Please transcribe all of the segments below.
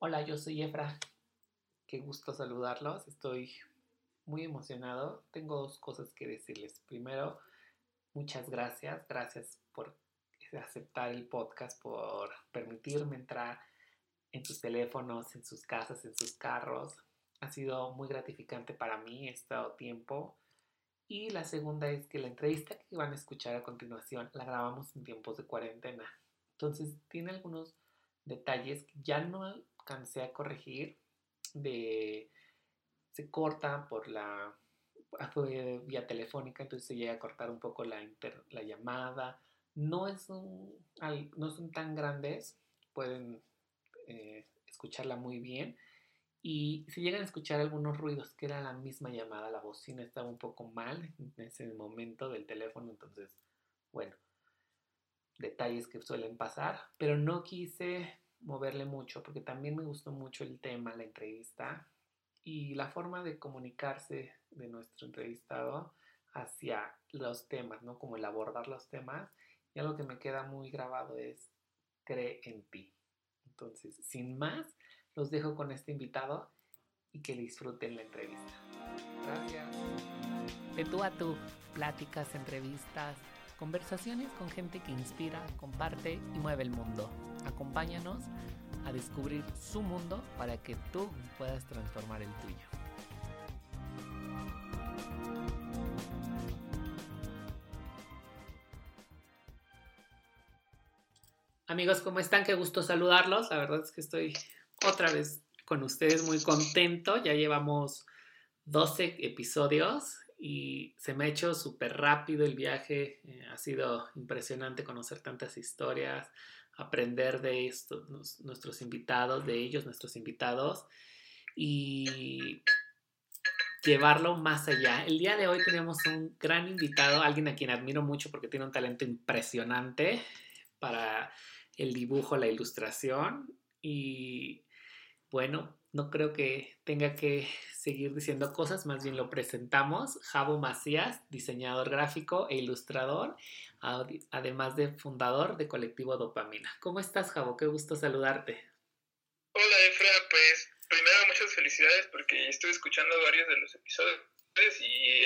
Hola, yo soy Efra. Qué gusto saludarlos. Estoy muy emocionado. Tengo dos cosas que decirles. Primero, muchas gracias. Gracias por aceptar el podcast, por permitirme entrar en sus teléfonos, en sus casas, en sus carros. Ha sido muy gratificante para mí. He estado tiempo. Y la segunda es que la entrevista que van a escuchar a continuación la grabamos en tiempos de cuarentena. Entonces tiene algunos detalles que ya no alcancé a corregir. De Se corta fue vía telefónica, entonces se llega a cortar un poco la llamada. No son tan grandes, pueden escucharla muy bien. Y si llegan a escuchar algunos ruidos, que era la misma llamada, la bocina estaba un poco mal en ese momento del teléfono, entonces, bueno, detalles que suelen pasar, pero no quise moverle mucho porque también me gustó mucho el tema, la entrevista y la forma de comunicarse de nuestro entrevistado hacia los temas, ¿no? Como el abordar los temas. Y algo que me queda muy grabado es cree en ti. Entonces, sin más, los dejo con este invitado y que disfruten la entrevista. Gracias. De tú a tú, pláticas, entrevistas, conversaciones con gente que inspira, comparte y mueve el mundo. Acompáñanos a descubrir su mundo para que tú puedas transformar el tuyo. Amigos, ¿cómo están? Qué gusto saludarlos. La verdad es que estoy otra vez con ustedes muy contento. Ya llevamos 12 episodios y se me ha hecho súper rápido el viaje. Ha sido impresionante conocer tantas historias, aprender de nuestros invitados, de ellos, nuestros invitados, y llevarlo más allá. El día de hoy tenemos un gran invitado, alguien a quien admiro mucho porque tiene un talento impresionante para el dibujo, la ilustración y bueno, no creo que tenga que seguir diciendo cosas, más bien lo presentamos. Javo Macías, diseñador gráfico e ilustrador, además de fundador de Colectivo Dopamina. ¿Cómo estás, Javo? Qué gusto saludarte. Hola, Efra, pues primero muchas felicidades porque estuve escuchando varios de los episodios y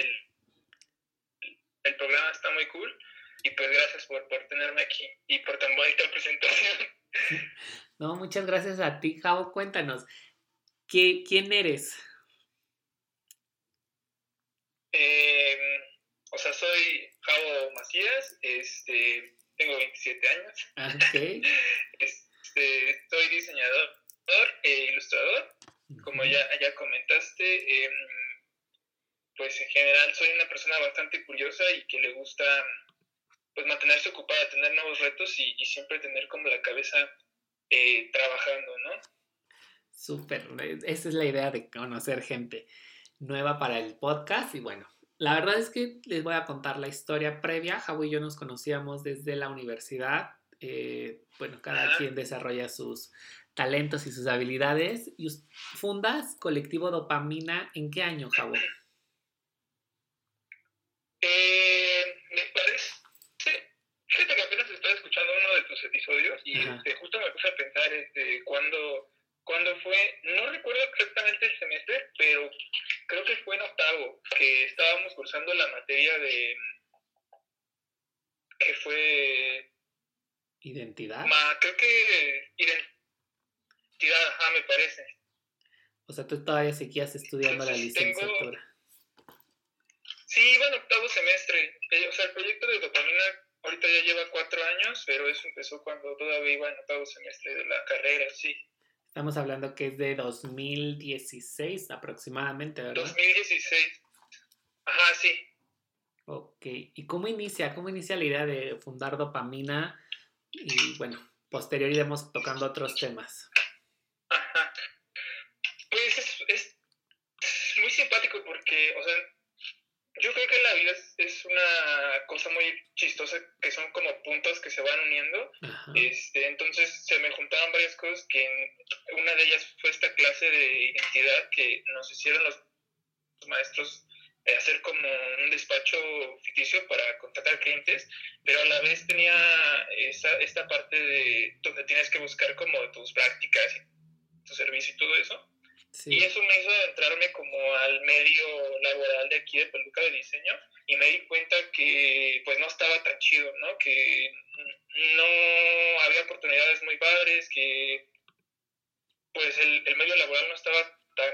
el programa está muy cool. Y pues gracias por tenerme aquí y por tan bonita presentación. No, muchas gracias a ti, Javo. Cuéntanos, ¿quién eres? Soy Javo Macías, tengo 27 años. Ok. Soy diseñador e ilustrador. Como ya comentaste, pues en general soy una persona bastante curiosa y que le gusta pues mantenerse ocupada, tener nuevos retos y siempre tener como la cabeza trabajando, ¿no? Súper, esa es la idea de conocer gente nueva para el podcast y bueno, la verdad es que les voy a contar la historia previa. Javo y yo nos conocíamos desde la universidad. Bueno, cada quien desarrolla sus talentos y sus habilidades. Y fundas Colectivo Dopamina, ¿en qué año, Javo? Me parece, fíjate que apenas estaba escuchando uno de tus episodios y justo me puse a pensar cuándo fue, no recuerdo exactamente el semestre, pero creo que fue en octavo, que estábamos cursando la materia que fue... ¿Identidad? Creo que identidad, me parece. O sea, tú todavía seguías estudiando la licenciatura. Sí, iba en octavo semestre. O sea, el proyecto de Dopamina ahorita ya lleva 4 años, pero eso empezó cuando todavía iba en octavo semestre de la carrera, sí. Estamos hablando que es de 2016 aproximadamente, ¿verdad? 2016. Ajá, sí. Ok, ¿y cómo inicia la idea de fundar Dopamina? Y bueno, posterior iremos tocando otros temas. Ajá. Pues es muy simpático porque, o sea, yo creo que la vida es una cosa muy chistosa, que son como puntos que se van uniendo. Entonces se me juntaron varias cosas, que una de ellas fue esta clase de identidad que nos hicieron los maestros hacer como un despacho ficticio para contratar clientes, pero a la vez tenía esta parte de donde tienes que buscar como tus prácticas y tus diseños y todo eso. Sí. Y eso me hizo adentrarme como al medio laboral de aquí de peluca de diseño y me di cuenta que pues no estaba tan chido, ¿no? Que no había oportunidades muy padres, que pues el medio laboral no estaba tan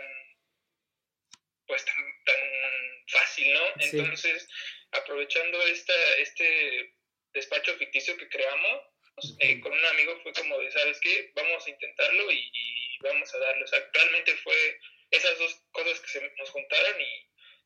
fácil, ¿no? Sí. Entonces, aprovechando este despacho ficticio que creamos, con un amigo fue como de, ¿sabes qué? Vamos a intentarlo y vamos a darle. O sea, realmente fue esas dos cosas que nos juntaron y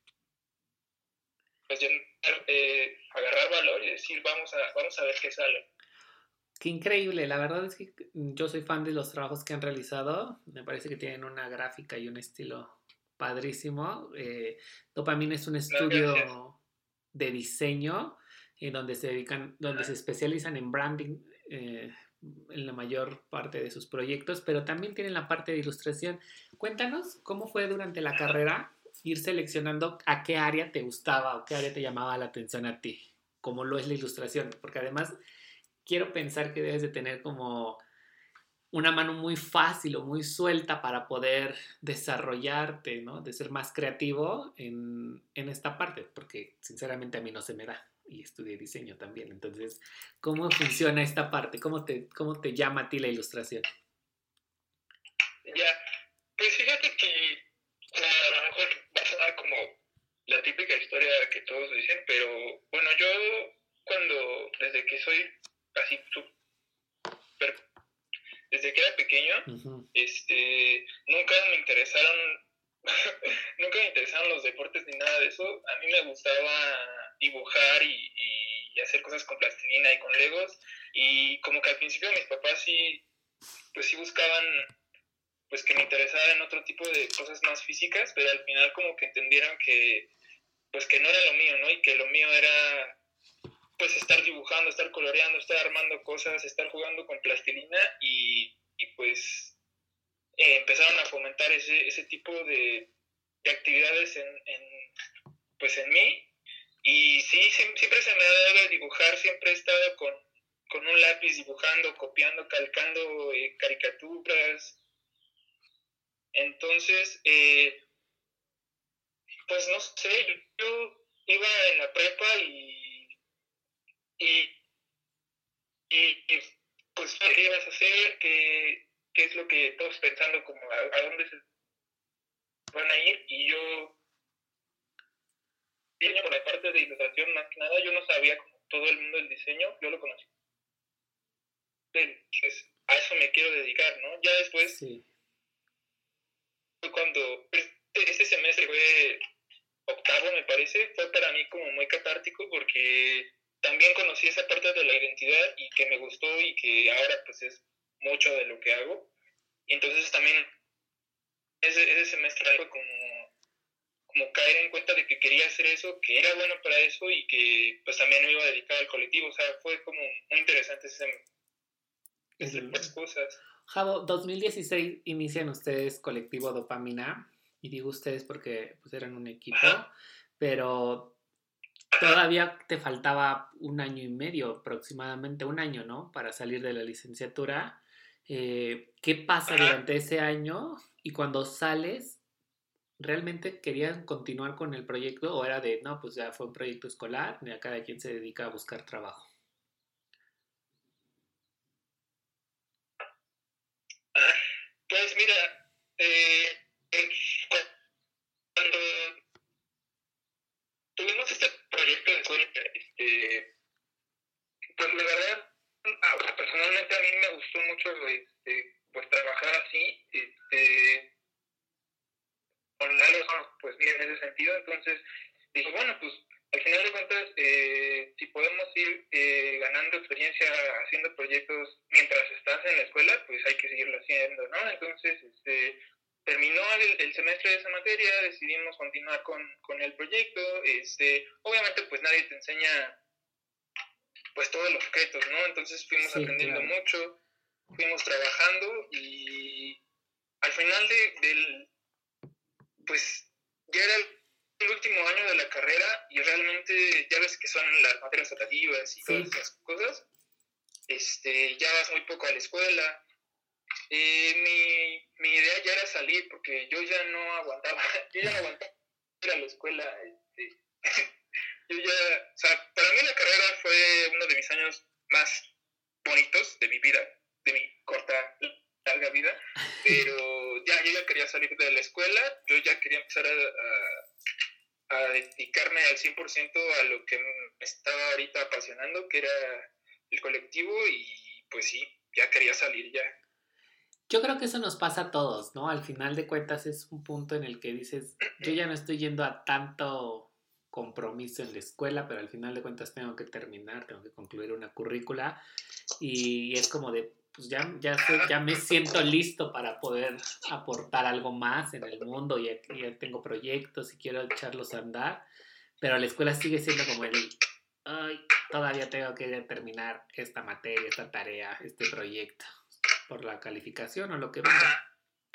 pues agarrar valor y decir, vamos a ver qué sale. Qué increíble, la verdad es que yo soy fan de los trabajos que han realizado, me parece que tienen una gráfica y un estilo padrísimo. Dopamine es un Gracias. estudio de diseño en donde donde se especializan en branding en la mayor parte de sus proyectos, pero también tienen la parte de ilustración. Cuéntanos cómo fue durante la carrera ir seleccionando a qué área te gustaba o qué área te llamaba la atención a ti, como lo es la ilustración, porque además quiero pensar que debes de tener como una mano muy fácil o muy suelta para poder desarrollarte, ¿no? De ser más creativo en esta parte, porque sinceramente a mí no se me da y estudié diseño también. Entonces, ¿cómo funciona esta parte? Cómo te llama a ti la ilustración? Ya, pues fíjate que a lo mejor va a sonar como la típica historia que todos dicen, pero bueno, yo desde que soy así súper, desde que era pequeño, Uh-huh. nunca me interesaron, nunca me interesaron los deportes ni nada de eso. A mí me gustaba dibujar y hacer cosas con plastilina y con legos, y como que al principio mis papás pues sí buscaban pues que me interesara en otro tipo de cosas más físicas, pero al final como que entendieron que pues que no era lo mío, ¿no? Y que lo mío era pues estar dibujando, estar coloreando, estar armando cosas, estar jugando con plastilina y pues empezaron a fomentar ese tipo de actividades pues en mí. Y sí, siempre se me ha dado dibujar, siempre he estado con un lápiz dibujando, copiando, calcando caricaturas. Entonces, pues no sé, yo iba en la prepa y, y pues qué ibas a hacer, qué es lo que todos pensando, como a dónde se van a ir, y yo, diseño por la parte de ilustración más que nada, yo no sabía como todo el mundo del diseño, yo lo conocí, pues a eso me quiero dedicar, ¿no? Ya después, Sí. fue cuando, este semestre fue octavo, me parece, fue para mí como muy catártico porque también conocí esa parte de la identidad y que me gustó y que ahora pues es mucho de lo que hago. Y entonces también ese semestre fue como caer en cuenta de que quería hacer eso, que era bueno para eso y que pues también me iba a dedicar al colectivo. O sea, fue como muy interesante pues, cosas. Javo, 2016 inician ustedes Colectivo Dopamina, y digo ustedes porque pues, eran un equipo, Ajá, pero ajá. todavía te faltaba un año y medio, aproximadamente un año, ¿no? Para salir de la licenciatura. ¿Qué pasa Ajá. durante ese año? Y cuando sales, ¿realmente querían continuar con el proyecto o era de, no, pues ya fue un proyecto escolar, ya cada quien se dedica a buscar trabajo? Ajá. Pues mira, eh, cuando tuvimos este proyecto de escuela, pues la verdad, o sea, personalmente a mí me gustó mucho pues trabajar así, con algo pues bien en ese sentido. Entonces dije, bueno, pues al final de cuentas, si podemos ir ganando experiencia haciendo proyectos mientras estás en la escuela, pues hay que seguirlo haciendo, ¿no? Entonces, terminó el semestre de esa materia, decidimos continuar con el proyecto. Obviamente, pues nadie te enseña pues todos los secretos, ¿no? Entonces fuimos Sí, aprendiendo claro. mucho, fuimos trabajando y al final pues ya era el último año de la carrera y realmente ya ves que son las materias optativas y todas Sí, esas cosas. Ya vas muy poco a la escuela. Mi idea ya era salir porque yo ya no aguantaba, yo ya no aguantaba ir a la escuela. Yo ya, o sea, para mí la carrera fue uno de mis años más bonitos de mi vida, de mi corta, larga vida, pero yo ya quería salir de la escuela, yo ya quería empezar a dedicarme al 100% a lo que me estaba ahorita apasionando, que era el colectivo, y pues sí, ya quería salir ya. Yo creo que eso nos pasa a todos, ¿no? Al final de cuentas es un punto en el que dices, yo ya no estoy yendo a tanto compromiso en la escuela, pero al final de cuentas tengo que terminar, tengo que concluir una currícula y es como de, pues ya me siento listo para poder aportar algo más en el mundo, ya tengo proyectos y quiero echarlos a andar, pero la escuela sigue siendo como ay, todavía tengo que terminar esta materia, esta tarea, este proyecto por la calificación o lo que venga.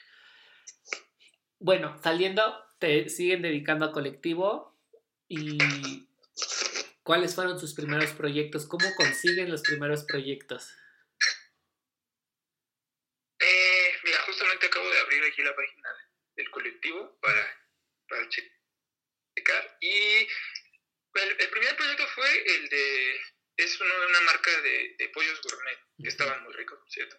Bueno, saliendo, te siguen dedicando a colectivo y ¿cuáles fueron sus primeros proyectos? ¿Cómo consiguen los primeros proyectos? Mira, justamente acabo de abrir aquí la página del colectivo para checar, y el primer proyecto fue es una marca de pollos gourmet, que estaban muy ricos, ¿cierto?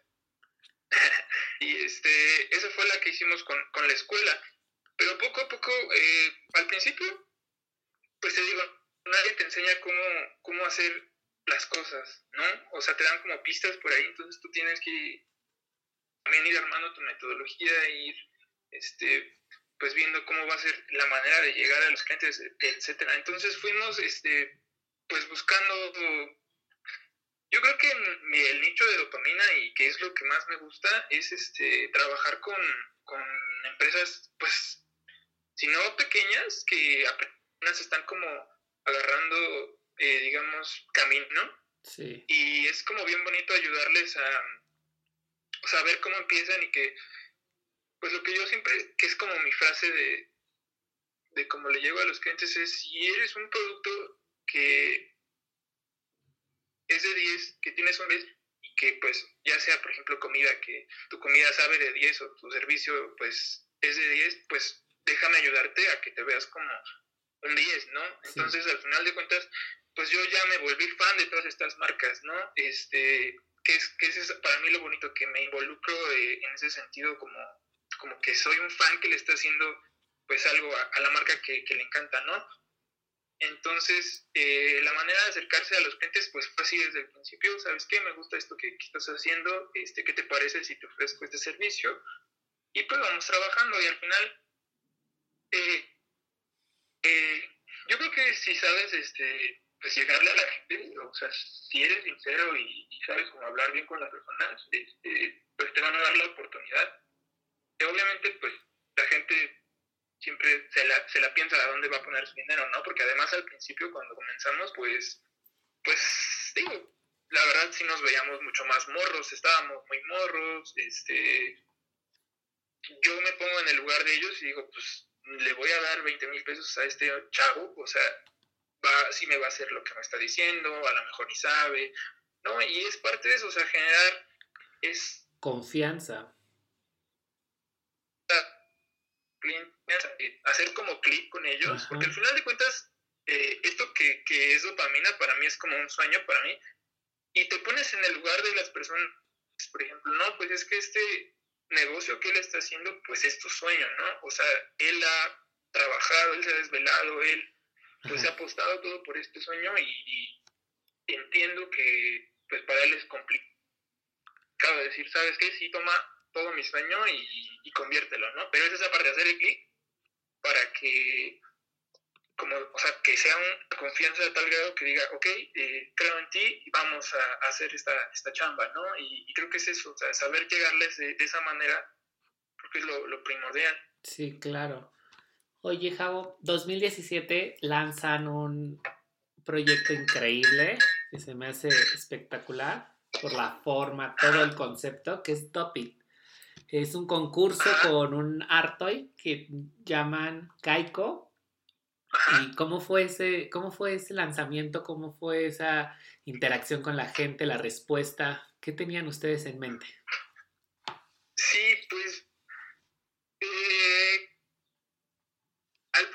Y esa fue la que hicimos con la escuela, pero poco a poco, al principio, pues te digo, nadie te enseña cómo hacer las cosas, ¿no? O sea, te dan como pistas por ahí, entonces tú tienes que también ir armando tu metodología, ir pues viendo cómo va a ser la manera de llegar a los clientes, etcétera. Entonces fuimos pues buscando, yo creo que el nicho de dopamina, y que es lo que más me gusta, es trabajar con empresas, pues, si no pequeñas, que apenas están como agarrando, digamos, camino. Sí. Y es como bien bonito ayudarles a saber cómo empiezan, y que, pues lo que yo siempre, que es como mi frase de cómo le llego a los clientes, es: si eres un producto que es de 10, que tienes un 10, y que pues ya sea, por ejemplo, comida, que tu comida sabe de 10, o tu servicio pues es de 10, pues déjame ayudarte a que te veas como un 10, ¿no? Entonces, sí, al final de cuentas, pues yo ya me volví fan de todas estas marcas, ¿no? Que es para mí lo bonito, que me involucro en ese sentido, como que soy un fan que le está haciendo pues algo a la marca que le encanta, ¿no? Entonces, la manera de acercarse a los clientes pues fue así desde el principio: ¿sabes qué? Me gusta esto que estás haciendo, ¿qué te parece si te ofrezco este servicio? Y pues vamos trabajando, y al final, yo creo que si sabes, pues llegarle a la gente, o sea, si eres sincero y sabes cómo hablar bien con las personas, pues te van a dar la oportunidad. Y obviamente, pues la gente siempre se la piensa a dónde va a poner su dinero, ¿no? Porque además al principio, cuando comenzamos, pues digo, la verdad sí nos veíamos mucho más morros, estábamos muy morros, yo me pongo en el lugar de ellos y digo, pues le voy a dar 20,000 pesos a este chavo, o sea, sí me va a hacer lo que me está diciendo, a lo mejor ni sabe, ¿no? Y es parte de eso, o sea, generar confianza. Hacer como clic con ellos. Ajá. Porque al final de cuentas, esto que es dopamina, para mí es como un sueño para mí, y te pones en el lugar de las personas, por ejemplo, no, pues es que este negocio que él está haciendo, pues es tu sueño, ¿no? O sea, él ha trabajado, él se ha desvelado, él pues se ha apostado todo por este sueño, y entiendo que pues para él es complicado decir, ¿sabes qué? Sí, toma todo mi sueño y conviértelo, ¿no? Pero es esa parte de hacer el clic para que, o sea, que sea una confianza de tal grado que diga, ok, creo en ti y vamos a hacer esta chamba, ¿no? Y creo que es eso, o sea, saber llegarles de esa manera, porque es lo primordial. Sí, claro. Oye, Javo, 2017 lanzan un proyecto increíble que se me hace espectacular por la forma, todo el concepto, que es Topic. Es un concurso con un Artoy que llaman Kaiko. ¿Y cómo fue ese lanzamiento? ¿Cómo fue esa interacción con la gente, la respuesta? ¿Qué tenían ustedes en mente? Sí, pues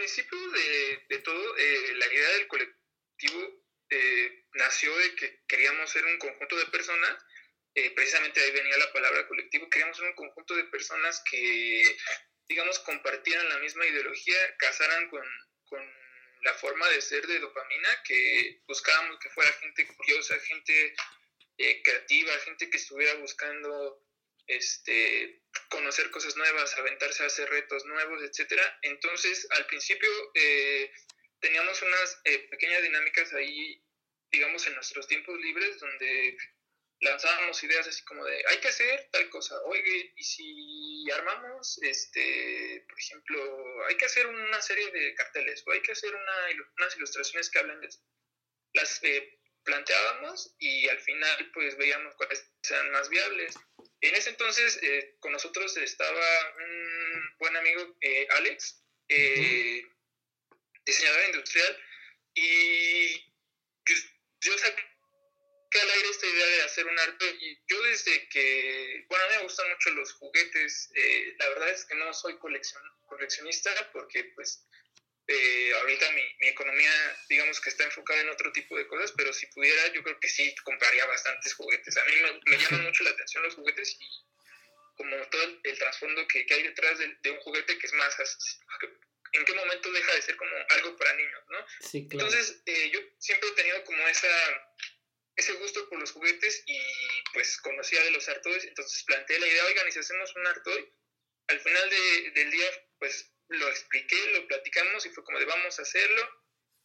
principio de todo, la idea del colectivo nació de que queríamos ser un conjunto de personas, precisamente ahí venía la palabra colectivo, queríamos ser un conjunto de personas que, digamos, compartieran la misma ideología, casaran con la forma de ser de Dopamina, que buscábamos que fuera gente curiosa, gente creativa, gente que estuviera buscando conocer cosas nuevas, aventarse a hacer retos nuevos, etcétera. Entonces, al principio teníamos unas pequeñas dinámicas ahí, digamos, en nuestros tiempos libres, donde lanzábamos ideas así como de, hay que hacer tal cosa, oye, y si armamos, por ejemplo, hay que hacer una serie de carteles, o hay que hacer unas ilustraciones que hablen de eso. Las planteábamos y al final pues veíamos cuáles sean más viables. En ese entonces con nosotros estaba un buen amigo, Alex, diseñador industrial, y pues, yo saqué al aire esta idea de hacer un arte, y yo desde que, bueno, a mí me gustan mucho los juguetes, la verdad es que no soy coleccionista porque pues ahorita mi economía, digamos que está enfocada en otro tipo de cosas, pero si pudiera, yo creo que sí compraría bastantes juguetes. A mí me llaman mucho la atención los juguetes y como todo el trasfondo que hay detrás de un juguete, que es más, en qué momento deja de ser como algo para niños, ¿no? Sí, claro. Entonces, yo siempre he tenido como ese gusto por los juguetes y pues conocía de los Artois, entonces planteé la idea, oigan, ¿y si hacemos un Artois? Al final del día, pues lo expliqué, lo platicamos y fue como de vamos a hacerlo.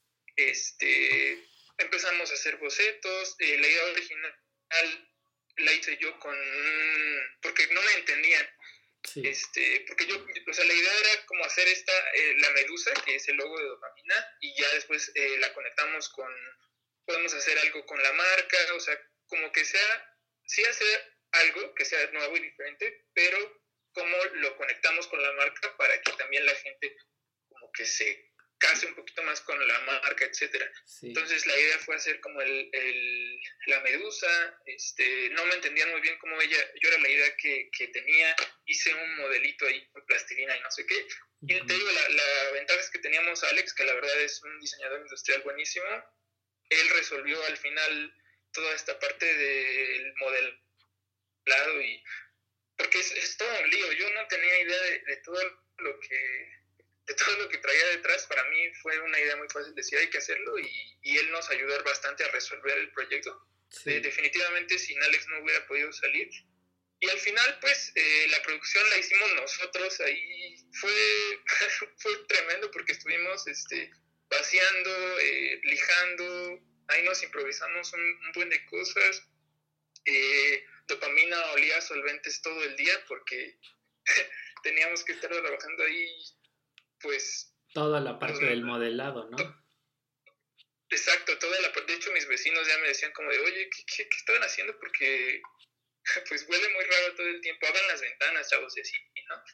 Empezamos a hacer bocetos, la idea original la hice yo porque no me entendían. Sí. Porque yo, o sea, la idea era como hacer la medusa, que es el logo de Dopamina, y ya después la conectamos podemos hacer algo con la marca, o sea, como que sí hacer algo que sea nuevo y diferente, pero cómo lo conectamos con la marca para que también la gente como que se case un poquito más con la marca, etcétera. Sí. Entonces la idea fue hacer como la medusa, no me entendían muy bien cómo yo era la idea que tenía, hice un modelito ahí con plastilina y no sé qué. Y te digo, la ventaja es que teníamos a Alex, que la verdad es un diseñador industrial buenísimo. Él resolvió al final toda esta parte del modelado y porque es todo un lío. Yo no tenía idea de todo lo que traía detrás. Para mí fue una idea muy fácil, decir hay que hacerlo y él nos ayudó bastante a resolver el proyecto. Sí. Definitivamente sin Alex no hubiera podido salir. Y al final, pues, la producción la hicimos nosotros. Ahí fue tremendo porque estuvimos vaciando, lijando. Ahí nos improvisamos un buen de cosas. Dopamina olía a solventes todo el día porque teníamos que estar trabajando ahí, pues... Toda la parte del modelado, ¿no? Exacto, toda la parte. De hecho, mis vecinos ya me decían como de, oye, ¿qué estaban haciendo? Porque pues huele muy raro todo el tiempo. Abran las ventanas, chavos, y así, ¿no?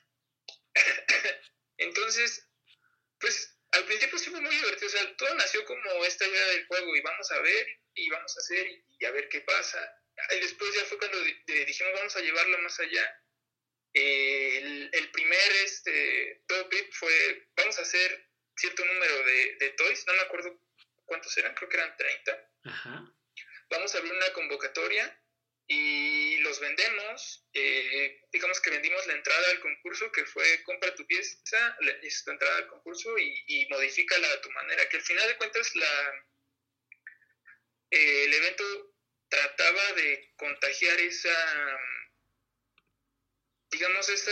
Entonces, pues al principio sí fue muy divertido. O sea, todo nació como esta idea del juego y vamos a ver y vamos a hacer y a ver qué pasa. Y después ya fue cuando dijimos vamos a llevarlo más allá. El primer topic fue vamos a hacer cierto número de toys, no me acuerdo cuántos eran, creo que eran 30. Ajá. Vamos a abrir una convocatoria y los vendemos. Digamos que vendimos la entrada al concurso, que fue compra tu pieza, es tu entrada al concurso y modifícala a tu manera, que al final de cuentas el evento trataba de contagiar digamos, esa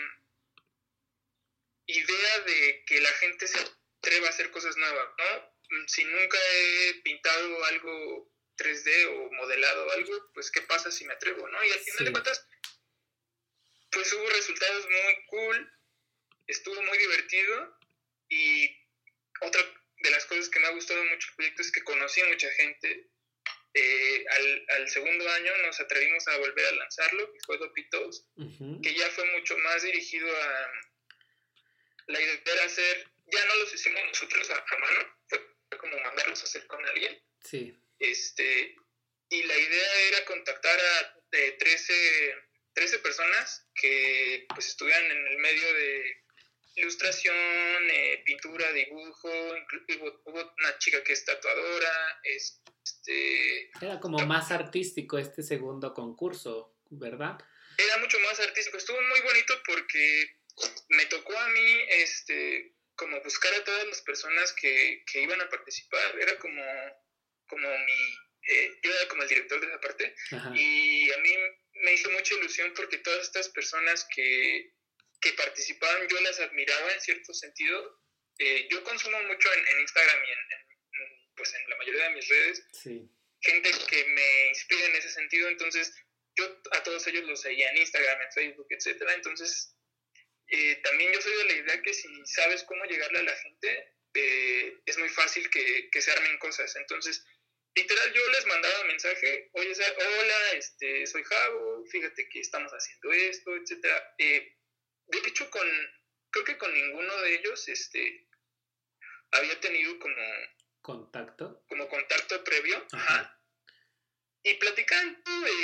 idea de que la gente se atreva a hacer cosas nuevas, ¿no? Si nunca he pintado algo 3D o modelado algo, pues ¿qué pasa si me atrevo, no? Y al final de cuentas, pues hubo resultados muy cool, estuvo muy divertido y otra de las cosas que me ha gustado mucho el proyecto es que conocí mucha gente. Al segundo año nos atrevimos a volver a lanzarlo, que fue Dopitos, que ya fue mucho más dirigido a la idea de hacer, ya no los hicimos nosotros a mano, fue como mandarlos a hacer con alguien. Sí. Y la idea era contactar a 13 personas que pues estuvieran en el medio de ilustración, pintura, dibujo, hubo una chica que es tatuadora, Era como más artístico este segundo concurso, ¿verdad? era mucho más artístico. Estuvo muy bonito porque me tocó a mí como buscar a todas las personas que iban a participar. Era como yo era como el director de esa parte. Ajá. Y a mí me hizo mucha ilusión porque todas estas personas que participaban yo las admiraba en cierto sentido. Yo consumo mucho en Instagram y pues en la mayoría de mis redes. Sí. Gente que me inspira en ese sentido, entonces yo a todos ellos los seguía en Instagram, en Facebook, etcétera. Entonces también yo soy de la idea que si sabes cómo llegarle a la gente, es muy fácil que se armen cosas. Entonces, literal, yo les mandaba mensaje, oye, hola, soy Javo, fíjate que estamos haciendo esto, etcétera. De hecho, creo que con ninguno de ellos había tenido como contacto previo. Ajá. Y platicando,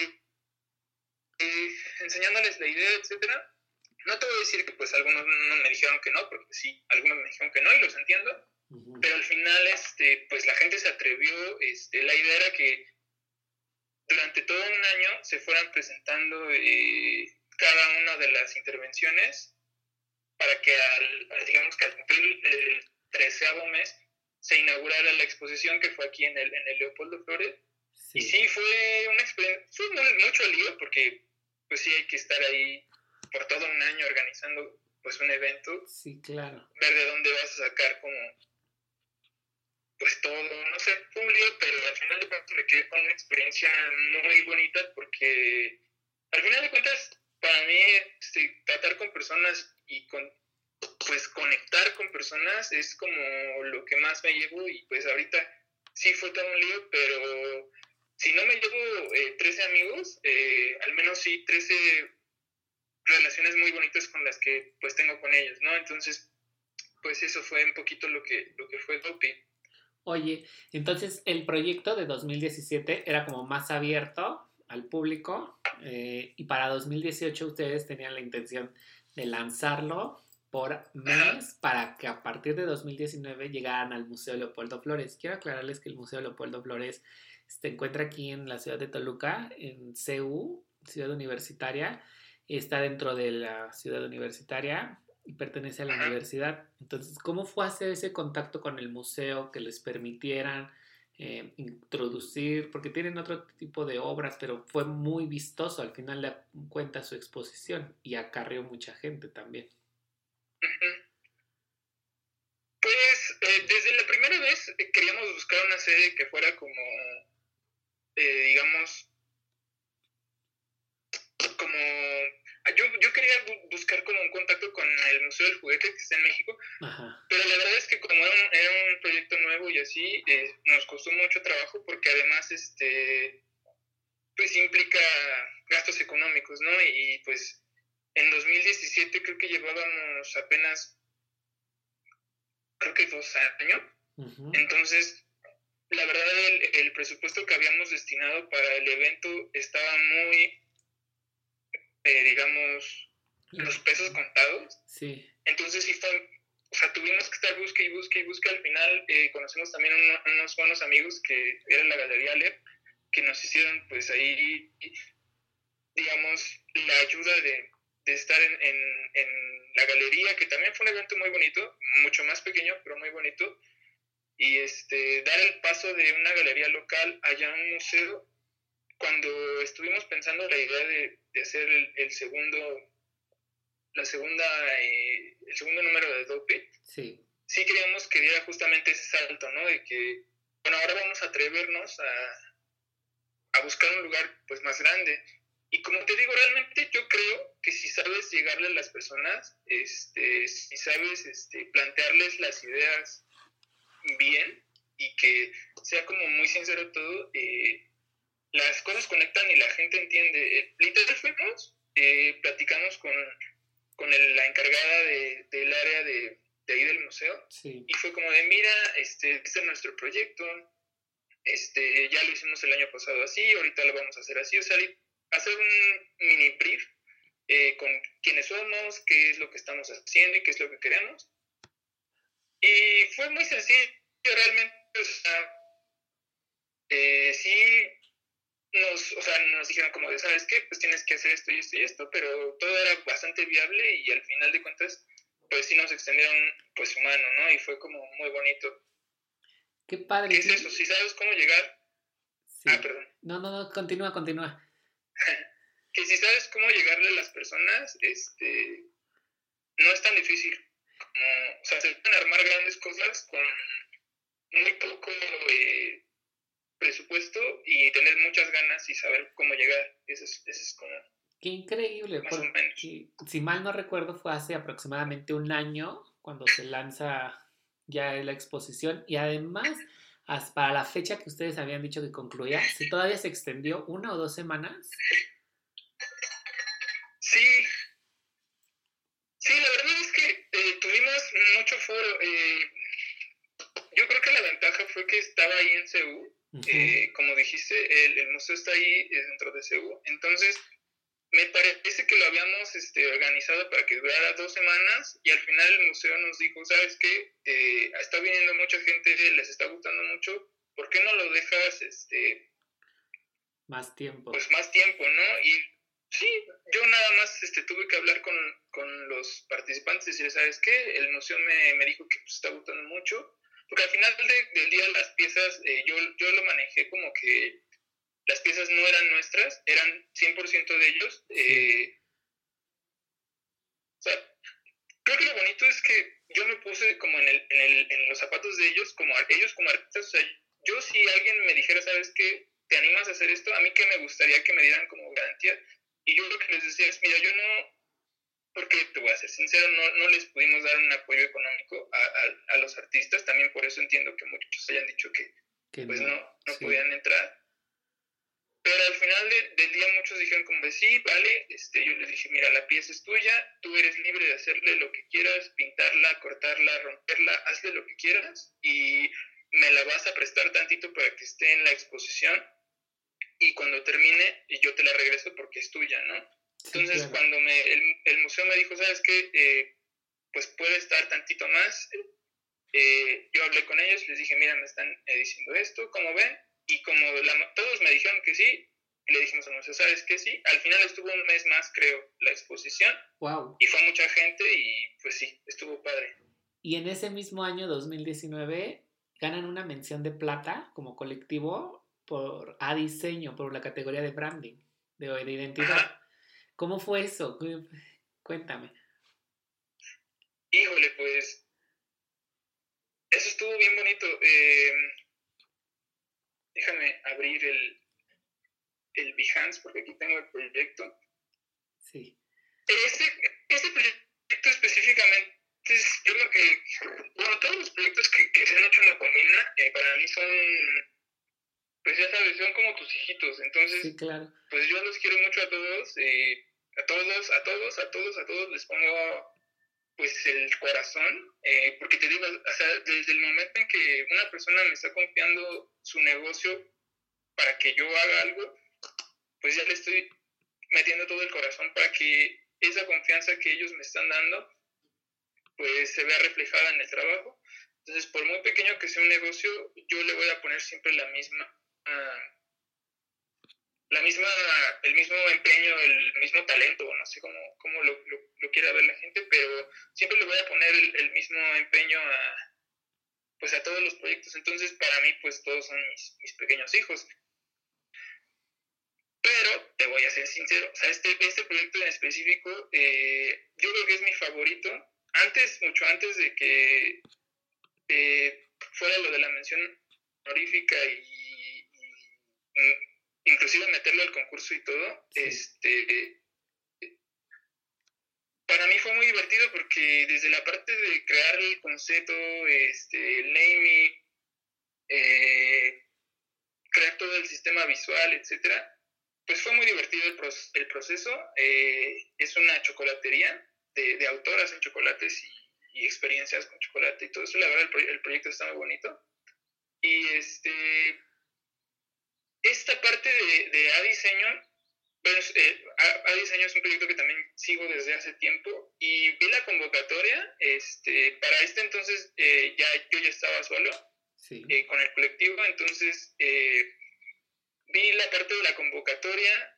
enseñándoles la idea, etcétera. No te voy a decir que pues algunos no me dijeron que no, porque sí, algunos me dijeron que no y los entiendo. Uh-huh. Pero al final, pues la gente se atrevió. La idea era que durante todo un año se fueran presentando cada una de las intervenciones para que digamos que al cumplir el 13º mes se inaugurara la exposición que fue aquí en el Leopoldo Flores. Sí. Y sí, fue una experiencia, fue mucho lío porque pues sí hay que estar ahí por todo un año organizando pues un evento. Sí, claro. Ver de dónde vas a sacar como pues todo, no sé, fue un lío, pero al final de cuentas me quedé con una experiencia muy bonita porque al final de cuentas para mí tratar con personas y pues conectar con personas es como lo que más me llevo. Y pues ahorita sí fue todo un lío, pero si no me llevo 13 amigos, al menos sí 13 relaciones muy bonitas con las que pues tengo con ellos, ¿no? Entonces, pues eso fue un poquito lo que fue Dopey. Oye, entonces el proyecto de 2017 era como más abierto al público y para 2018 ustedes tenían la intención de lanzarlo por mes para que a partir de 2019 llegaran al Museo Leopoldo Flores. Quiero aclararles que el Museo Leopoldo Flores se encuentra aquí en la ciudad de Toluca, en CU, Ciudad Universitaria. Está dentro de la ciudad universitaria y pertenece a la universidad. Entonces, ¿cómo fue hacer ese contacto con el museo que les permitieran introducir? Porque tienen otro tipo de obras, pero fue muy vistoso al final de cuentas su exposición y acarreó mucha gente también. Pues desde la primera vez queríamos buscar una sede que fuera como, digamos, como yo quería buscar como un contacto con el Museo del Juguete que está en México. Ajá. Pero la verdad es que como era un proyecto nuevo y así, nos costó mucho trabajo porque además pues implica gastos económicos, ¿no? Y pues en 2017 creo que llevábamos apenas, creo que 2 años. Uh-huh. Entonces, la verdad el presupuesto que habíamos destinado para el evento estaba muy, digamos, los pesos contados. Sí. Entonces sí fue, o sea, tuvimos que estar busque y busque. Al final conocimos también unos buenos amigos que eran la Galería Alep, que nos hicieron pues ahí, digamos, la ayuda de estar en la galería, que también fue un evento muy bonito, mucho más pequeño, pero muy bonito. Y dar el paso de una galería local allá a un museo. Cuando estuvimos pensando la idea de hacer el segundo número de Dopey, sí queríamos que diera justamente ese salto, ¿no? De que, bueno, ahora vamos a atrevernos a buscar un lugar pues más grande. Y como te digo, realmente yo creo que si sabes llegarle a las personas, si sabes plantearles las ideas bien y que sea como muy sincero todo, las cosas conectan y la gente entiende. Literal fuimos, platicamos con la encargada del área de ahí del museo, sí. Y fue como de, mira, este es nuestro proyecto, ya lo hicimos el año pasado así, ahorita lo vamos a hacer así, o sea, hacer un mini brief con quiénes somos, qué es lo que estamos haciendo y qué es lo que queremos. Y fue muy sencillo realmente, o sea, sí nos dijeron como de, ¿sabes qué? Pues tienes que hacer esto y esto y esto, pero todo era bastante viable y al final de cuentas, pues sí nos extendieron pues su mano, ¿no? Y fue como muy bonito. Qué padre. ¿Qué es eso? Si sabes cómo llegar... Ah, Sí. perdón. No, continúa. Que si sabes cómo llegarle a las personas, no es tan difícil. Como, o sea, se pueden armar grandes cosas con muy poco presupuesto y tener muchas ganas y saber cómo llegar. Eso es como Qué increíble, más o menos. porque si mal no recuerdo fue hace aproximadamente un año cuando se lanza ya la exposición y además para la fecha que ustedes habían dicho que concluía, si todavía se extendió 1 o 2 semanas. Sí, sí, la verdad es que tuvimos mucho foro. Yo creo que la ventaja fue que estaba ahí en CEU. Uh-huh. Como dijiste, el museo está ahí dentro de CEU. Entonces, me parece que lo habíamos organizado para que durara 2 semanas y al final el museo nos dijo, ¿sabes qué? Está viniendo mucha gente, les está gustando mucho, ¿por qué no lo dejas Más tiempo. pues más tiempo, ¿no? Y sí, yo nada más tuve que hablar con los participantes y decir, ¿sabes qué? El museo me dijo que pues, está gustando mucho, porque al final del día las piezas, yo lo manejé como que las piezas no eran nuestras, eran 100% de ellos. Sí. O sea, creo que lo bonito es que yo me puse como en los zapatos de ellos, como ellos como artistas. O sea, yo si alguien me dijera, ¿sabes qué? ¿Te animas a hacer esto? A mí que me gustaría que me dieran como garantía. Y yo lo que les decía es, mira, yo no, porque te voy a ser sincero, no les pudimos dar un apoyo económico a los artistas. También por eso entiendo que muchos hayan dicho que Que pues no. no Sí. podían entrar. Pero al final del día muchos dijeron como de sí, vale, yo les dije, mira, la pieza es tuya, tú eres libre de hacerle lo que quieras, pintarla, cortarla, romperla, hazle lo que quieras y me la vas a prestar tantito para que esté en la exposición y cuando termine yo te la regreso porque es tuya, ¿no? Sí, Entonces claro. cuando el museo me dijo, ¿sabes qué? Pues puede estar tantito más, yo hablé con ellos, les dije, mira, me están diciendo esto, ¿cómo ven? Y como todos me dijeron que sí, le dijimos al museo, ¿sabes qué? Sí, al final estuvo un mes más, creo, la exposición, Wow. y fue mucha gente y pues sí, estuvo padre. Y en ese mismo año, 2019, ganan una mención de plata como colectivo por A Diseño, por la categoría de branding, de identidad. Ajá, ¿Cómo fue eso? Cuéntame. híjole, pues eso estuvo bien bonito. Déjame abrir el Behance porque aquí tengo el proyecto. Sí. Este, este proyecto específicamente yo creo que, bueno, todos los proyectos que se han hecho en la comuna para mí son, pues ya sabes, son como tus hijitos. Sí, Entonces, claro. pues yo los quiero mucho a todos, a todos les pongo pues el corazón, porque te digo, o sea, desde el momento en que una persona me está confiando su negocio para que yo haga algo, pues ya le estoy metiendo todo el corazón para que esa confianza que ellos me están dando pues se vea reflejada en el trabajo. Entonces, por muy pequeño que sea un negocio, yo le voy a poner siempre el mismo empeño, el mismo talento, no sé cómo lo quiera ver la gente, pero siempre le voy a poner el mismo empeño pues a todos los proyectos. Entonces, para mí, pues todos son mis pequeños hijos. Pero te voy a ser sincero, o sea, este proyecto en específico, yo creo que es mi favorito. Mucho antes de que fuera lo de la mención honorífica y inclusive meterlo al concurso y todo, Sí. para mí fue muy divertido porque desde la parte de crear el concepto, el naming, crear todo el sistema visual, etcétera, pues fue muy divertido el proceso. Es una chocolatería de autoras en chocolates y experiencias con chocolate y todo eso. La verdad, el proyecto está muy bonito. Y esta parte de A Diseño bueno, diseño es un proyecto que también sigo desde hace tiempo y vi la convocatoria, para entonces yo ya estaba solo Sí. Con el colectivo, entonces vi la parte de la convocatoria,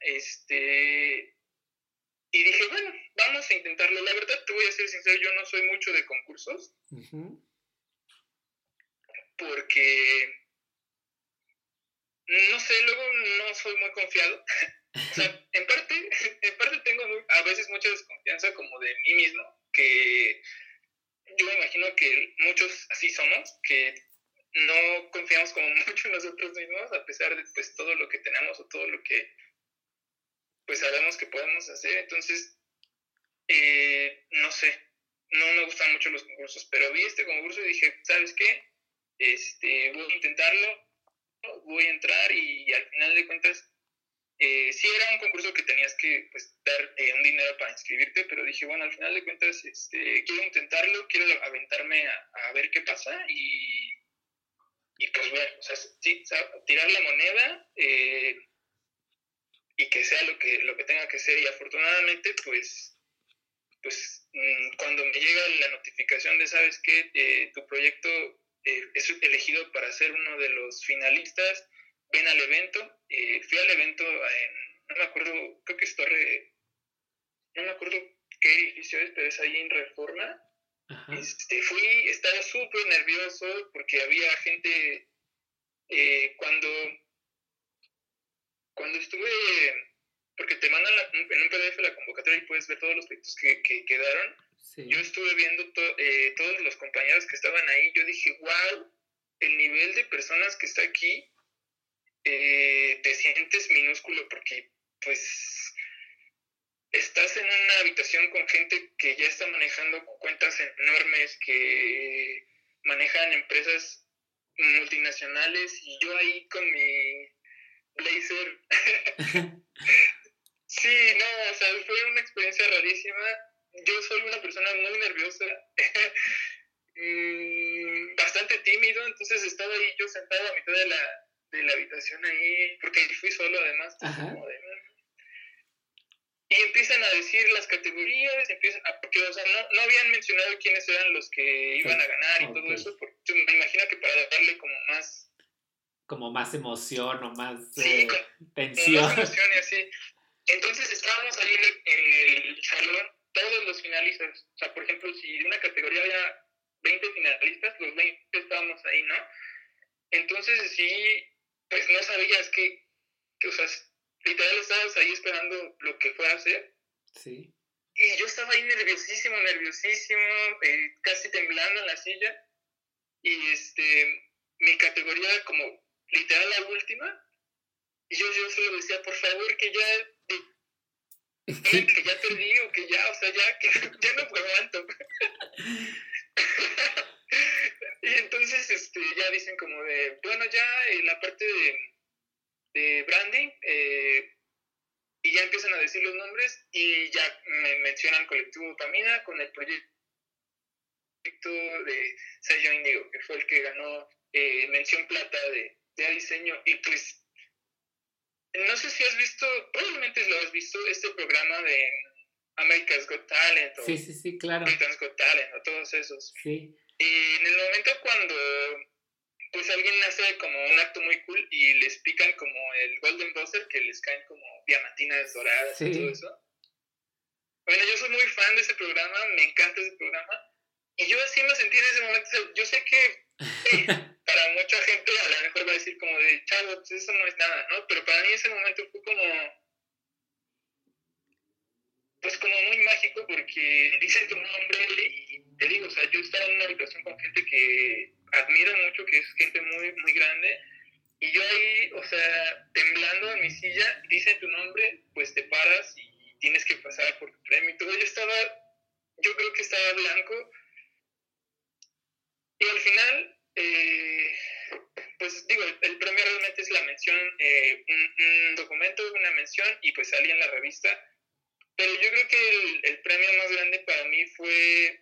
y dije, bueno, vamos a intentarlo. La verdad, te voy a ser sincero, yo no soy mucho de concursos, Uh-huh. porque, no sé, luego no soy muy confiado. O sea, en parte tengo a veces mucha desconfianza como de mí mismo, que yo me imagino que muchos así somos, que no confiamos como mucho en nosotros mismos, a pesar de pues todo lo que tenemos o todo lo que pues sabemos que podemos hacer. Entonces, no sé, no me gustan mucho los concursos, pero vi este concurso y dije, ¿sabes qué? Voy a intentarlo, voy a entrar y al final de cuentas, sí era un concurso que tenías que pues, dar un dinero para inscribirte, pero dije, bueno, al final de cuentas, quiero intentarlo, quiero aventarme a ver qué pasa y pues ver, o sea, sí, tirar la moneda y que sea lo que tenga que ser. Y afortunadamente, pues cuando me llega la notificación de, ¿sabes qué? Tu proyecto es elegido para ser uno de los finalistas, ven al evento. Fui al evento no me acuerdo, creo que es no me acuerdo qué edificio es, pero es ahí en Reforma. Ajá. Estaba súper nervioso porque había gente, cuando estuve, porque te mandan en un PDF la convocatoria y puedes ver todos los proyectos que quedaron. Sí. Yo estuve viendo todos los compañeros que estaban ahí, yo dije, wow, el nivel de personas que está aquí, te sientes minúsculo porque pues estás en una habitación con gente que ya está manejando cuentas enormes, que manejan empresas multinacionales y yo ahí con mi blazer. Sí, no, o sea, fue una experiencia rarísima. Yo soy una persona muy nerviosa, bastante tímido, entonces estaba ahí yo sentado a mitad de la habitación ahí, porque fui solo además, como de, y empiezan a decir las categorías, porque o sea, no habían mencionado quiénes eran los que iban a ganar y todo eso, porque me imagino que para darle como más emoción o más sí, tensión. Como más emoción y así. Entonces estábamos ahí en el salón, todos los finalistas. O sea, por ejemplo, si de una categoría había 20 finalistas, los 20 estábamos ahí, ¿no? Entonces sí, pues no sabías o sea, literal estabas ahí esperando lo que fuera a hacer. Sí. Y yo estaba ahí nerviosísimo, casi temblando en la silla. Y mi categoría como literal la última. Y yo solo decía, por favor, que ya perdí o que ya, o sea, ya no aguanto. Y entonces ya dicen como de, bueno, ya en la parte de branding, y ya empiezan a decir los nombres y ya me mencionan Colectivo Dopamina con el proyecto de Sello Índigo, que fue el que ganó mención plata de diseño. Y pues, no sé si has visto, probablemente lo has visto, este programa de America's Got Talent o Sí, claro. Britain's Got Talent o todos esos. Sí. Y en el momento cuando pues alguien hace como un acto muy cool y les pican como el Golden Buzzer, que les caen como diamantinas doradas y todo eso. Bueno, yo soy muy fan de ese programa, me encanta ese programa. Y yo así me sentí en ese momento. Yo sé que para mucha gente a lo mejor va a decir como de, chavo, pues eso no es nada, ¿no? Pero para mí ese momento fue pues como muy mágico porque dice tu nombre y te digo, o sea, yo estaba en una habitación con gente que admiro mucho, que es gente muy, muy grande, y yo ahí, o sea, temblando en mi silla, dice tu nombre, pues te paras y tienes que pasar por tu premio y todo. Yo creo que estaba blanco, y al final, pues digo, el premio realmente es la mención, un documento, una mención, y pues salí en la revista. Pero yo creo que el premio más grande para mí fue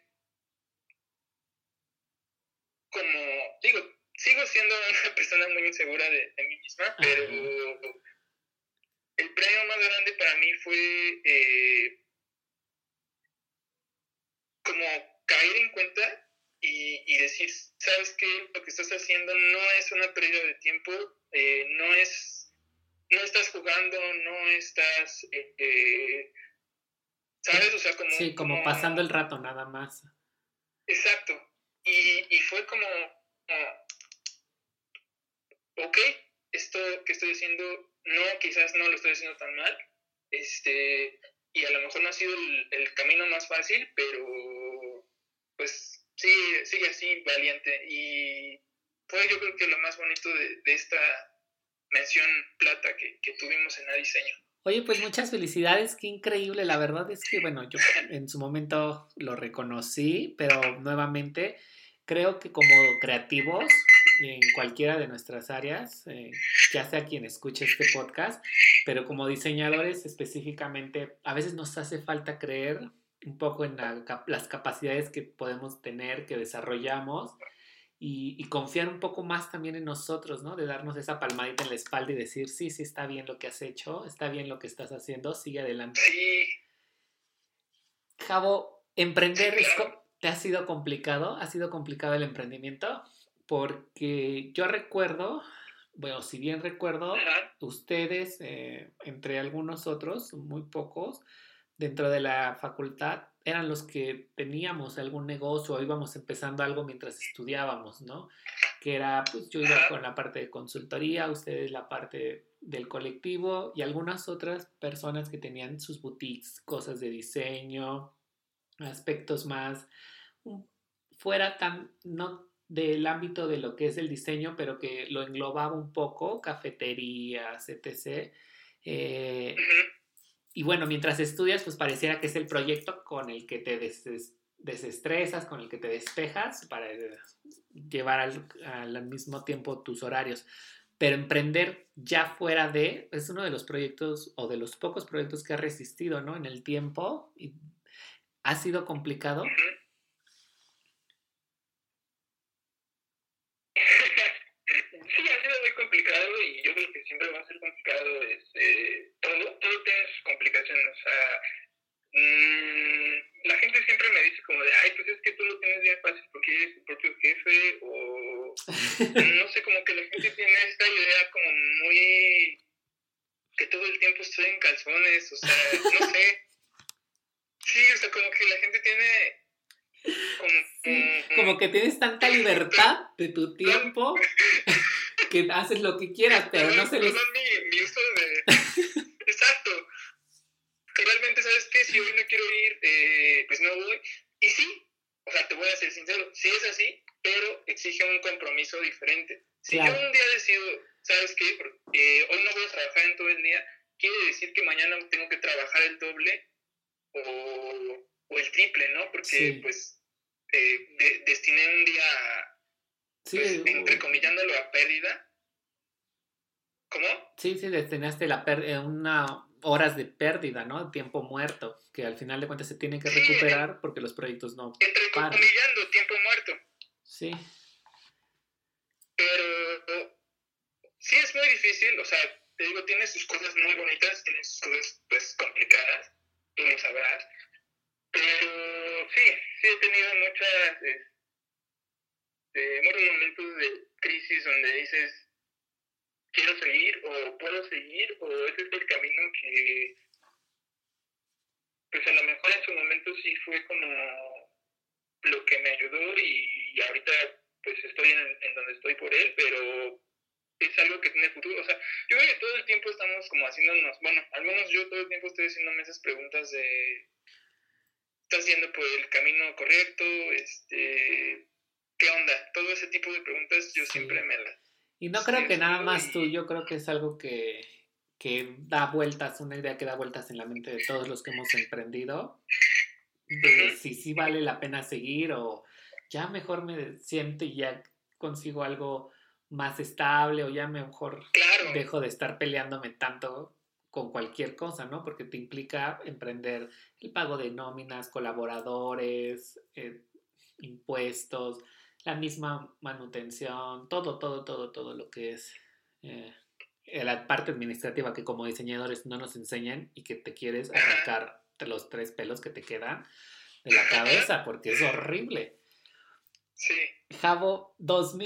como, digo, sigo siendo una persona muy insegura de mí misma, pero el premio más grande para mí fue como caer en cuenta y decir, ¿sabes qué? Lo que estás haciendo no es una pérdida de tiempo, no estás jugando, no estás, ¿sabes? O sea, Sí, como pasando el rato nada más. Exacto. Y fue como, ah, ok, esto que estoy haciendo, quizás no lo estoy haciendo tan mal, y a lo mejor no ha sido el camino más fácil, pero pues sigue así, valiente. Y fue yo creo que lo más bonito de esta mención plata que tuvimos en A-Diseño. Oye, pues muchas felicidades, qué increíble. La verdad es que, bueno, yo en su momento lo reconocí, pero nuevamente creo que como creativos en cualquiera de nuestras áreas, ya sea quien escuche este podcast, pero como diseñadores específicamente, a veces nos hace falta creer un poco en las capacidades que podemos tener, que desarrollamos y confiar un poco más también en nosotros, ¿no? De darnos esa palmadita en la espalda y decir, sí, sí, está bien lo que has hecho, está bien lo que estás haciendo, sigue adelante. Sí. Javo, emprender Sí, claro. ¿te ha sido complicado? ¿Ha sido complicado el emprendimiento? Porque yo recuerdo, bueno, si bien recuerdo, Ajá. ustedes, entre algunos otros, muy pocos, dentro de la facultad, eran los que teníamos algún negocio o íbamos empezando algo mientras estudiábamos, ¿no? Que era, pues yo iba con Ajá. la parte de consultoría, ustedes la parte del colectivo y algunas otras personas que tenían sus boutiques, cosas de diseño, aspectos más fuera tan, no del ámbito de lo que es el diseño, pero que lo englobaba un poco, cafeterías, etc. Eh, Ujú. y bueno, mientras estudias, pues pareciera que es el proyecto con el que te desestresas, con el que te despejas para llevar al mismo tiempo tus horarios. Pero emprender ya fuera de, es uno de los proyectos o de los pocos proyectos que ha resistido, ¿no? En el tiempo. Y ha sido complicado. Ujú. Sí, ha sido muy complicado y yo creo que siempre va a ser complicado. Todo tiene sus complicaciones. O sea, la gente siempre me dice como de, ay, pues es que tú lo tienes bien fácil porque eres tu propio jefe o no sé, como que la gente tiene esta idea como muy que todo el tiempo estoy en calzones, o sea, no sé. Sí, o sea, como que la gente tiene como Sí, como que tienes tanta libertad de tu perdón, tiempo que haces lo que quieras, pero no se les... perdón mi uso de... Exacto. Realmente, ¿sabes qué? Si hoy no quiero ir, pues no voy. Y sí, o sea, te voy a ser sincero, sí es así, pero exige un compromiso diferente. Si yo Claro, un día decido, ¿sabes qué? Hoy no voy a trabajar en todo el día, quiere decir que mañana tengo que trabajar el doble o el triple, ¿no? Porque, sí. pues, destiné un día, Sí, pues, entrecomillándolo a pérdida. ¿Cómo? sí, sí, destinaste una horas de pérdida, ¿no? Tiempo muerto, que al final de cuentas se tiene que Sí, recuperar porque los proyectos no paran. entrecomillando tiempo muerto. Sí, Pero sí es muy difícil, o sea, te digo, tiene sus cosas muy bonitas, tiene sus cosas, pues, complicadas, tú lo sabrás. Pero sí he tenido muchos momentos de crisis donde dices, quiero seguir o puedo seguir o ese es el camino que pues a lo mejor en su momento sí fue como lo que me ayudó y ahorita pues estoy en donde estoy por él, pero es algo que tiene futuro. O sea, yo creo que todo el tiempo estamos como haciéndonos, bueno, al menos yo todo el tiempo estoy haciéndome esas preguntas de, ¿estás yendo por el camino correcto? ¿Qué onda? Todo ese tipo de preguntas yo siempre sí. me las Y no creo que nada haciendo más tú, y... yo creo que es algo que da vueltas, una idea que da vueltas en la mente de todos los que hemos emprendido, de Uh-huh. si sí vale la pena seguir o ya mejor me siento y ya consigo algo más estable o ya mejor Claro, dejo de estar peleándome tanto con cualquier cosa, ¿no? Porque te implica emprender el pago de nóminas, colaboradores, impuestos, la misma manutención, todo lo que es. eh, la parte administrativa que como diseñadores no nos enseñan y que te quieres Ajá. arrancar los 3 pelos que te quedan de la cabeza porque es horrible. Sí. Javo,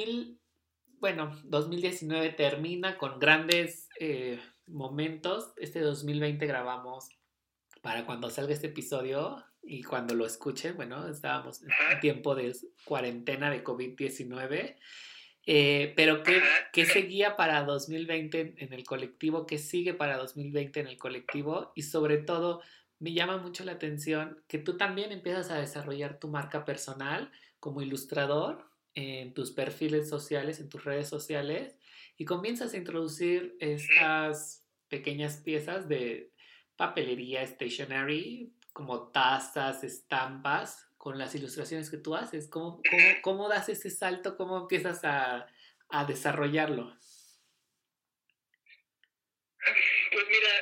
2019 termina con grandes momentos. Este 2020 grabamos para cuando salga este episodio y cuando lo escuchen, bueno, estábamos en Ajá. tiempo de cuarentena de COVID-19. Pero Ajá. ¿qué seguía para 2020 en el colectivo? ¿Qué sigue para 2020 en el colectivo? Y sobre todo, me llama mucho la atención que tú también empiezas a desarrollar tu marca personal como ilustrador en tus perfiles sociales, en tus redes sociales, y comienzas a introducir Ujú. estas pequeñas piezas de papelería, stationery, como tazas, estampas, con las ilustraciones que tú haces. ¿Cómo das ese salto? ¿Cómo empiezas a desarrollarlo? Pues mira,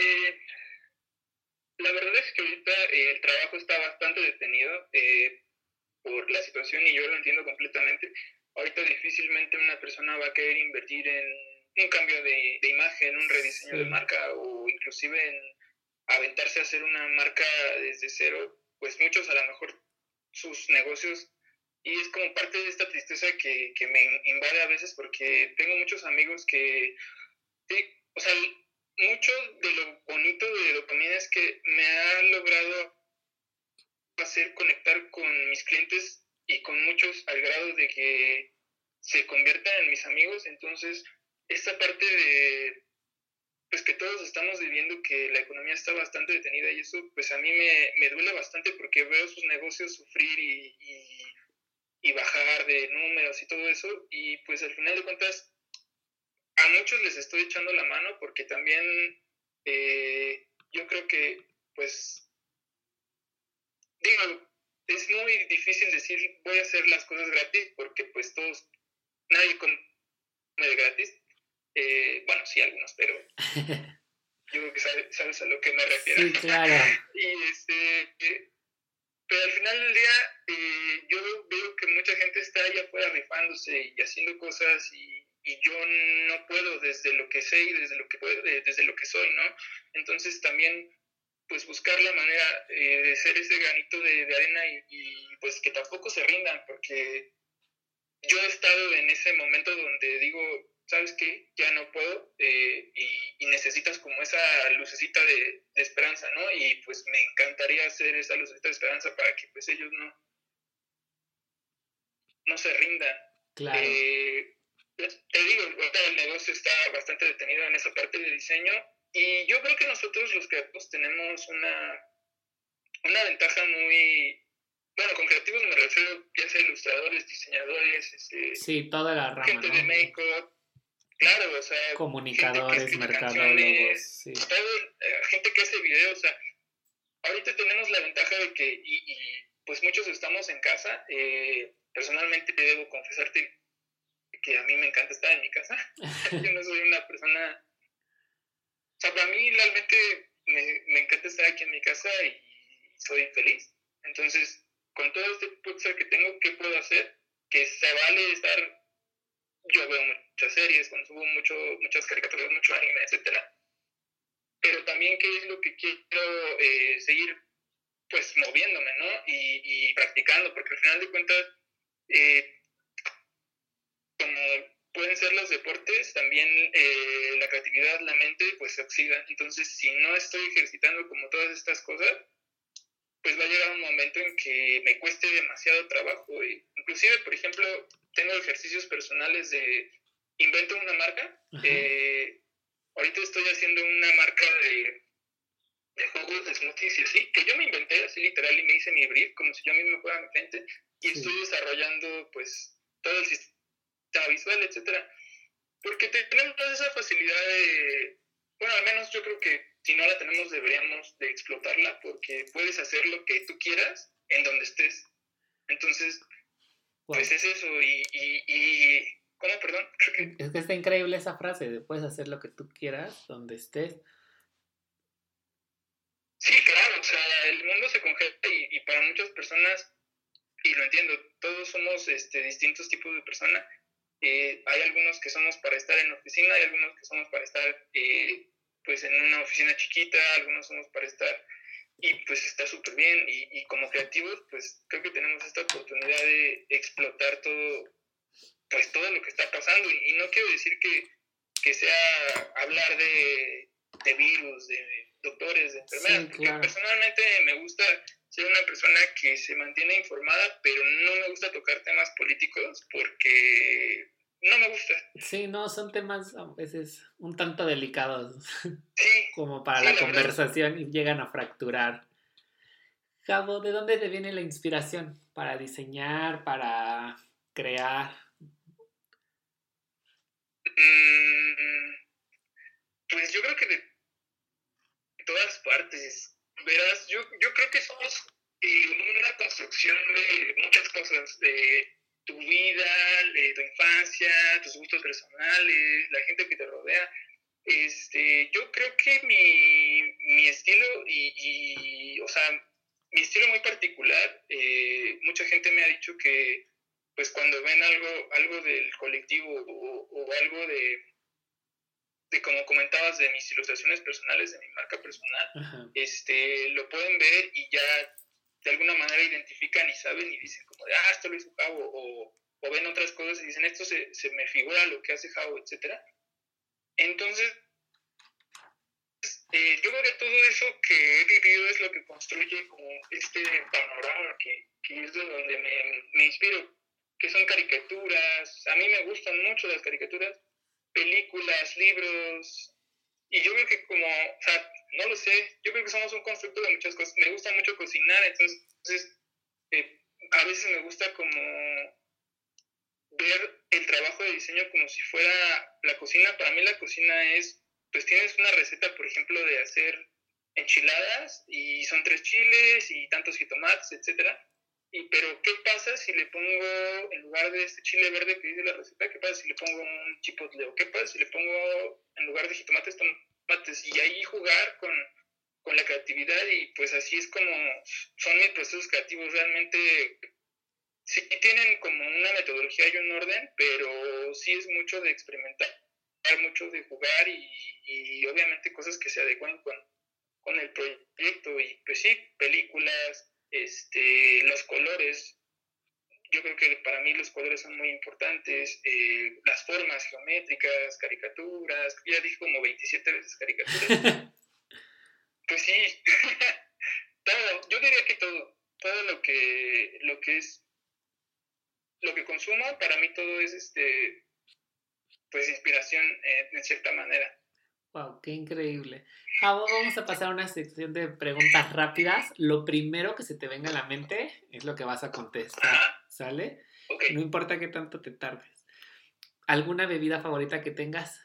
la verdad es que ahorita el trabajo está bastante detenido por la situación y yo lo entiendo completamente. Ahorita difícilmente una persona va a querer invertir en un cambio de imagen, un rediseño de Sí, marca o inclusive en aventarse a hacer una marca desde cero, pues muchos a lo mejor sus negocios, y es como parte de esta tristeza que me invade a veces porque tengo muchos amigos que, sí, o sea, mucho de lo bonito de dopamina es que me ha logrado hacer conectar con mis clientes y con muchos al grado de que se conviertan en mis amigos. Entonces, esta parte de pues que todos estamos viviendo que la economía está bastante detenida y eso pues a mí me duele bastante porque veo sus negocios sufrir y bajar de números y todo eso y pues al final de cuentas a muchos les estoy echando la mano porque también yo creo que pues digo, es muy difícil decir voy a hacer las cosas gratis porque pues todos, nadie come de gratis. Bueno, sí, algunos, pero yo creo que sabes a lo que me refiero. sí, claro, y pero al final del día, yo veo que mucha gente está allá afuera rifándose y haciendo cosas y yo no puedo desde lo que sé y desde lo que puedo, desde lo que soy, ¿no? Entonces también pues buscar la manera de ser ese granito de arena pues que tampoco se rindan porque yo he estado en ese momento donde digo, ¿sabes qué? Ya no puedo y necesitas como esa lucecita de esperanza, ¿no? Y pues me encantaría hacer esa lucecita de esperanza para que pues ellos no se rindan. claro. Eh, te digo, el negocio está bastante detenido en esa parte de diseño y yo creo que nosotros los creativos tenemos una ventaja muy, bueno, con creativos me refiero ya sea ilustradores, diseñadores, Sí, toda la rama, gente de ¿no? make-up, claro, o sea, gente que Comunicadores, escribe mercadólogos, canciones, sí. todo, gente que hace videos, o sea, ahorita tenemos la ventaja de que, pues muchos estamos en casa, personalmente debo confesarte que a mí me encanta estar en mi casa, yo no soy una persona, o sea, para mí realmente me encanta estar aquí en mi casa y soy feliz, entonces, con todo este putzer que tengo, ¿qué puedo hacer? Que se vale estar, yo veo muchas series, consumo muchas caricaturas, mucho anime, etcétera, pero también qué es lo que quiero seguir pues moviéndome, ¿no? Y practicando, porque al final de cuentas, eh, como pueden ser los deportes, también la creatividad, la mente, pues se oxida. Entonces, si no estoy ejercitando como todas estas cosas, pues va a llegar un momento en que me cueste demasiado trabajo. Inclusive, por ejemplo, tengo ejercicios personales de invento una marca. Ajá. Ahorita estoy haciendo una marca de jugos, de smoothies y así, que yo me inventé así literal y me hice mi brief como si yo mismo fuera mi cliente y estoy Sí, desarrollando pues todo el sistema visual, etcétera, porque tenemos esa facilidad de, bueno, al menos yo creo que si no la tenemos deberíamos de explotarla porque puedes hacer lo que tú quieras en donde estés. Entonces, pues wow. es eso ¿cómo? Perdón, creo que Es que está increíble esa frase de puedes hacer lo que tú quieras, donde estés. sí, claro, o sea, el mundo se congela y para muchas personas, y lo entiendo, todos somos distintos tipos de personas, Hay algunos que somos para estar en oficina, hay algunos que somos para estar pues en una oficina chiquita, algunos somos para estar, y pues está súper bien, y como creativos pues creo que tenemos esta oportunidad de explotar todo, pues todo lo que está pasando, y no quiero decir que sea hablar de virus, de doctores, de enfermeras, Sí, porque claro. personalmente me gusta ser una persona que se mantiene informada, pero no me gusta tocar temas políticos porque no me gusta. Sí, no, son temas a veces un tanto delicados Sí, como para sí, la la verdad. conversación y llegan a fracturar. Gabo, ¿de dónde te viene la inspiración para diseñar, para crear? Mm, pues yo creo que de todas partes. Verás, yo creo que somos una construcción de muchas cosas, de tu vida, de tu infancia, tus gustos personales, la gente que te rodea. Yo creo que mi estilo o sea, mi estilo muy particular, mucha gente me ha dicho que pues cuando ven algo del colectivo o algo de como comentabas, de mis ilustraciones personales, de mi marca personal, Ajá. lo pueden ver y ya de alguna manera identifican y saben y dicen como de, esto lo hizo Javo, o ven otras cosas y dicen, esto se me figura lo que hace Javo, etcétera. Entonces, yo creo que todo eso que he vivido es lo que construye como este panorama que es de donde me inspiro, que son caricaturas. A mí me gustan mucho las caricaturas, películas, libros, y yo creo que como, o sea, no lo sé, yo creo que somos un constructo de muchas cosas. Me gusta mucho cocinar, entonces a veces me gusta como ver el trabajo de diseño como si fuera la cocina. Para mí la cocina es, pues tienes una receta, por ejemplo, de hacer enchiladas y son 3 chiles y tantos jitomates, etcétera. Pero, ¿qué pasa si le pongo, en lugar de este chile verde que dice la receta, qué pasa si le pongo un chipotle? ¿O qué pasa si le pongo, en lugar de jitomates, tomates? Y ahí jugar con la creatividad, y pues así es como son mis procesos creativos. Realmente sí tienen como una metodología y un orden, pero sí es mucho de experimentar, mucho de jugar y obviamente cosas que se adecuen con el proyecto. Y pues sí, películas, los colores. Yo creo que para mí los colores son muy importantes, las formas geométricas, caricaturas, ya dije como 27 veces caricaturas. Pues sí, todo, yo diría que todo lo que es, lo que consumo, para mí todo es pues inspiración en cierta manera. Wow, qué increíble. Javo, vamos a pasar a una sección de preguntas rápidas. Lo primero que se te venga a la mente es lo que vas a contestar, Ajá, ¿sale? ok. No importa qué tanto te tardes. ¿Alguna bebida favorita que tengas?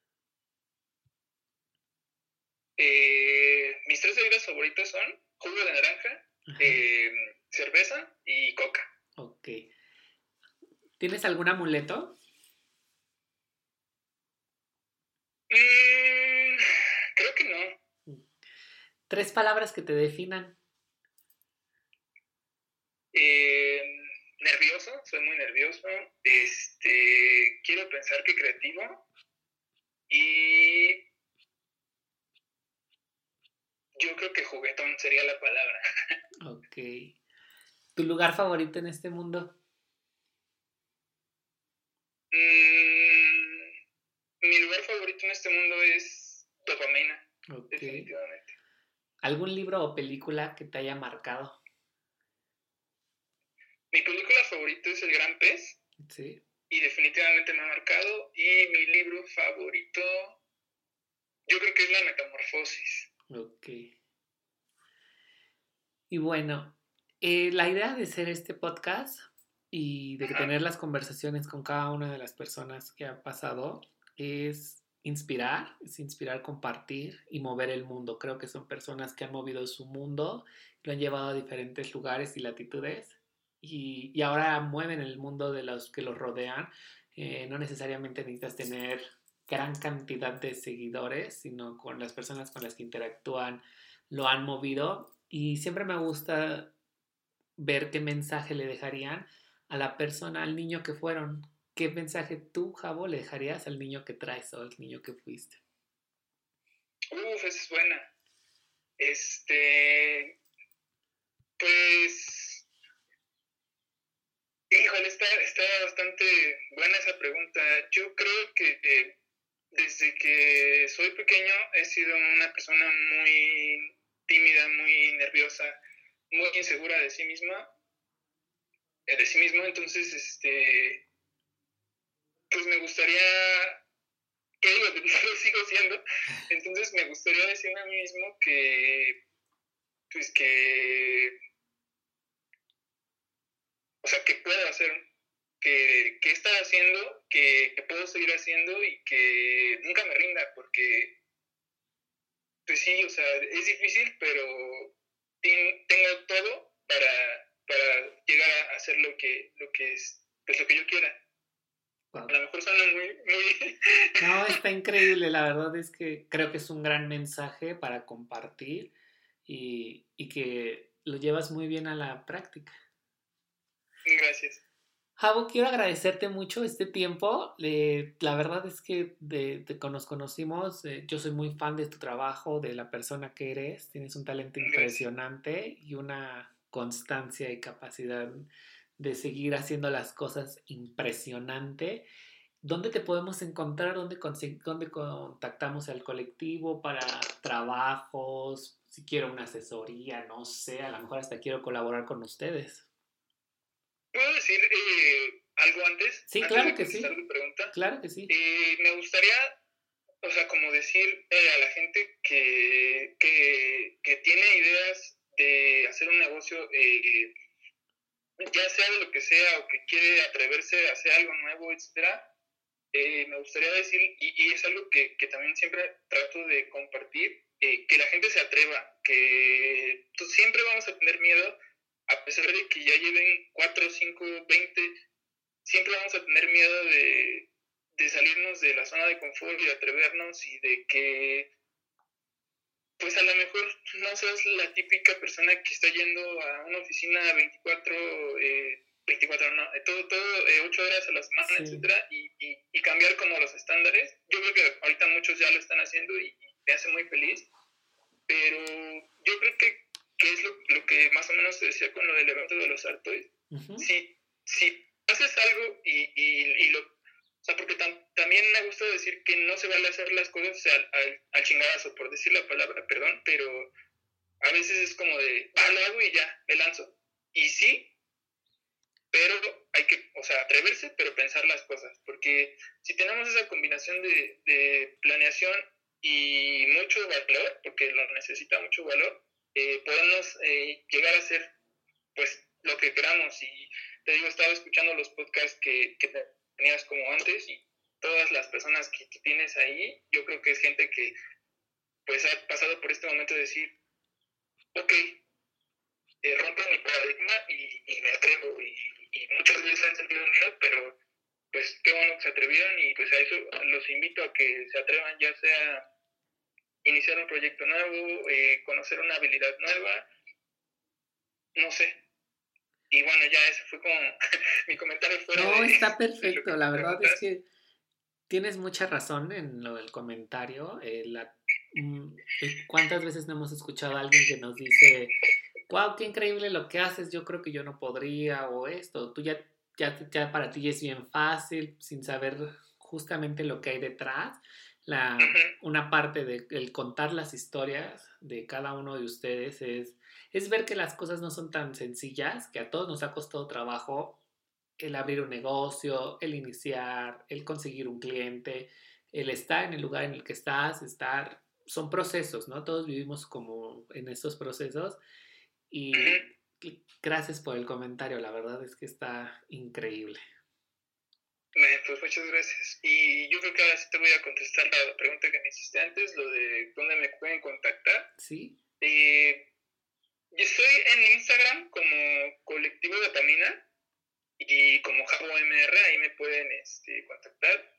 Mis 3 bebidas favoritas son jugo de naranja, Ajá, cerveza y coca. ok. ¿Tienes algún amuleto? Mm, creo que no. 3 palabras que te definan. Eh, Nervioso, soy muy nervioso. Quiero pensar que creativo. Y yo creo que juguetón sería la palabra. Ok. ¿Tu lugar favorito en este mundo? Mm, Mi lugar favorito en este mundo es dopamina, Ok. definitivamente. ¿Algún libro o película que te haya marcado? Mi película favorita es El Gran Pez, Sí. y definitivamente me ha marcado. Y mi libro favorito, yo creo que es La Metamorfosis. Ok. Y bueno, la idea de hacer este podcast y de Ajá. tener las conversaciones con cada una de las personas que ha pasado es inspirar, compartir y mover el mundo. Creo que son personas que han movido su mundo, lo han llevado a diferentes lugares y latitudes y ahora mueven el mundo de los que los rodean. No necesariamente necesitas tener gran cantidad de seguidores, sino con las personas con las que interactúan lo han movido y siempre me gusta ver qué mensaje le dejarían a la persona, al niño que fueron. ¿qué mensaje tú, Javo, le dejarías al niño que traes o al niño que fuiste? Esa es buena. Pues, híjole, está bastante buena esa pregunta. Yo creo que desde que soy pequeño he sido una persona muy tímida, muy nerviosa, muy insegura de sí misma, de sí mismo. Entonces, pues me gustaría, ¿qué digo? Lo sigo siendo. Entonces me gustaría decirme a mí mismo que, pues que, o sea, que puedo hacer, que he estado haciendo, que puedo seguir haciendo y que nunca me rinda, porque, pues sí, o sea, es difícil, pero tengo todo para llegar a hacer lo que es, pues lo que yo quiera. Wow. A lo mejor suena muy... No, está increíble, la verdad es que creo que es un gran mensaje para compartir y que lo llevas muy bien a la práctica. Gracias. Javo, quiero agradecerte mucho este tiempo. La verdad es que nos conocimos, yo soy muy fan de tu trabajo, de la persona que eres. Tienes un talento Gracias. impresionante y una constancia y capacidad de seguir haciendo las cosas impresionante. ¿Dónde te podemos encontrar? ¿Dónde contactamos al colectivo para trabajos? Si quiero una asesoría, no sé, a lo mejor hasta quiero colaborar con ustedes. ¿Puedo decir algo antes, Sí, antes claro de que contestar sí, tu pregunta? claro que sí. Me gustaría, o sea, como decir a la gente que tiene ideas de hacer un negocio, ya sea de lo que sea, o que quiere atreverse a hacer algo nuevo, etcétera. Me gustaría decir, y es algo que también siempre trato de compartir, que la gente se atreva, que siempre vamos a tener miedo, a pesar de que ya lleven 4, 5, 20, siempre vamos a tener miedo de salirnos de la zona de confort y de atrevernos y de que, pues a lo mejor no seas la típica persona que está yendo a una oficina 24 no, todo 8 horas a la semana, Sí. etcétera, y cambiar como los estándares. Yo creo que ahorita muchos ya lo están haciendo y me hace muy feliz, pero yo creo que es lo que más o menos se decía con lo del evento de los Artois. Ujú. Si haces algo y lo... O sea, porque también me gusta decir que no se vale hacer las cosas, o sea, al chingadazo, por decir la palabra, perdón, pero a veces es como de, lo hago y ya, me lanzo. Y sí, pero hay que, o sea, atreverse, pero pensar las cosas, porque si tenemos esa combinación de planeación y mucho valor, porque lo necesita mucho valor, podemos llegar a hacer, pues, lo que queramos. Y te digo, estaba escuchando los podcasts que tenías como antes, y todas las personas que tienes ahí, yo creo que es gente que, pues, ha pasado por este momento de decir, ok, rompo mi paradigma y me atrevo, y muchas veces han sentido miedo, pero pues qué bueno que se atrevieron, y pues a eso los invito a que se atrevan, ya sea iniciar un proyecto nuevo, conocer una habilidad nueva, no sé. Y bueno, ya ese fue como mi comentario fuera No, está de lo que perfecto. me La verdad es preguntas. que tienes mucha razón en lo del comentario. ¿Cuántas veces no hemos escuchado a alguien que nos dice, wow, qué increíble lo que haces, yo creo que yo no podría, o esto, ya para ti es bien fácil, sin saber justamente lo que hay detrás. Uh-huh. Una parte de el contar las historias de cada uno de ustedes es ver que las cosas no son tan sencillas, que a todos nos ha costado trabajo el abrir un negocio, el iniciar, el conseguir un cliente, el estar en el lugar en el que estás, son procesos, ¿no? Todos vivimos como en estos procesos Uh-huh. y gracias por el comentario, la verdad es que está increíble. Pues muchas gracias. Y yo creo que ahora sí te voy a contestar la pregunta que me hiciste antes, lo de dónde me pueden contactar. ¿Sí? Yo estoy en Instagram como Colectivo Dopamina y como Jabo MR, ahí me pueden contactar.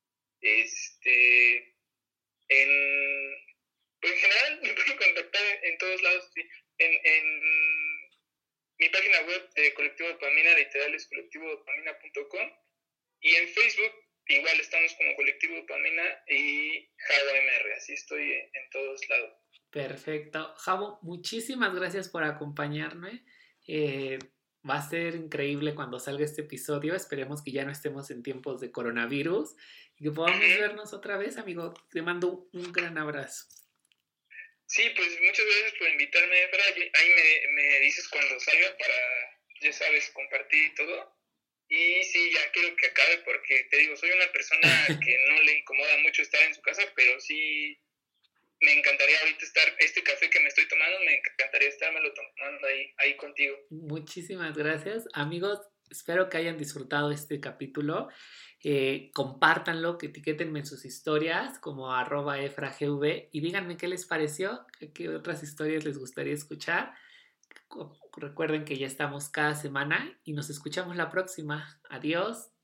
En, pues en general me pueden contactar en todos lados. Sí. En mi página web de Colectivo Dopamina, literal es colectivodopamina.com, Y en Facebook igual estamos como Colectivo Dopamina y Javo MR, así estoy en todos lados. Perfecto. Javo, muchísimas gracias por acompañarme. Va a ser increíble cuando salga este episodio. Esperemos que ya no estemos en tiempos de coronavirus y que podamos vernos otra vez, amigo. Te mando un gran abrazo. Sí, pues muchas gracias por invitarme, Efra. Ahí me dices cuando salga para, ya sabes, compartir y todo. Y sí, ya quiero que acabe porque te digo, soy una persona que no le incomoda mucho estar en su casa, pero sí me encantaría ahorita estar, este café que me estoy tomando, me encantaría estármelo tomando ahí contigo. Muchísimas gracias. Amigos, espero que hayan disfrutado este capítulo. Compártanlo, que etiquétenme en sus historias como @efragv y díganme qué les pareció, qué otras historias les gustaría escuchar. Recuerden que ya estamos cada semana y nos escuchamos la próxima. Adiós.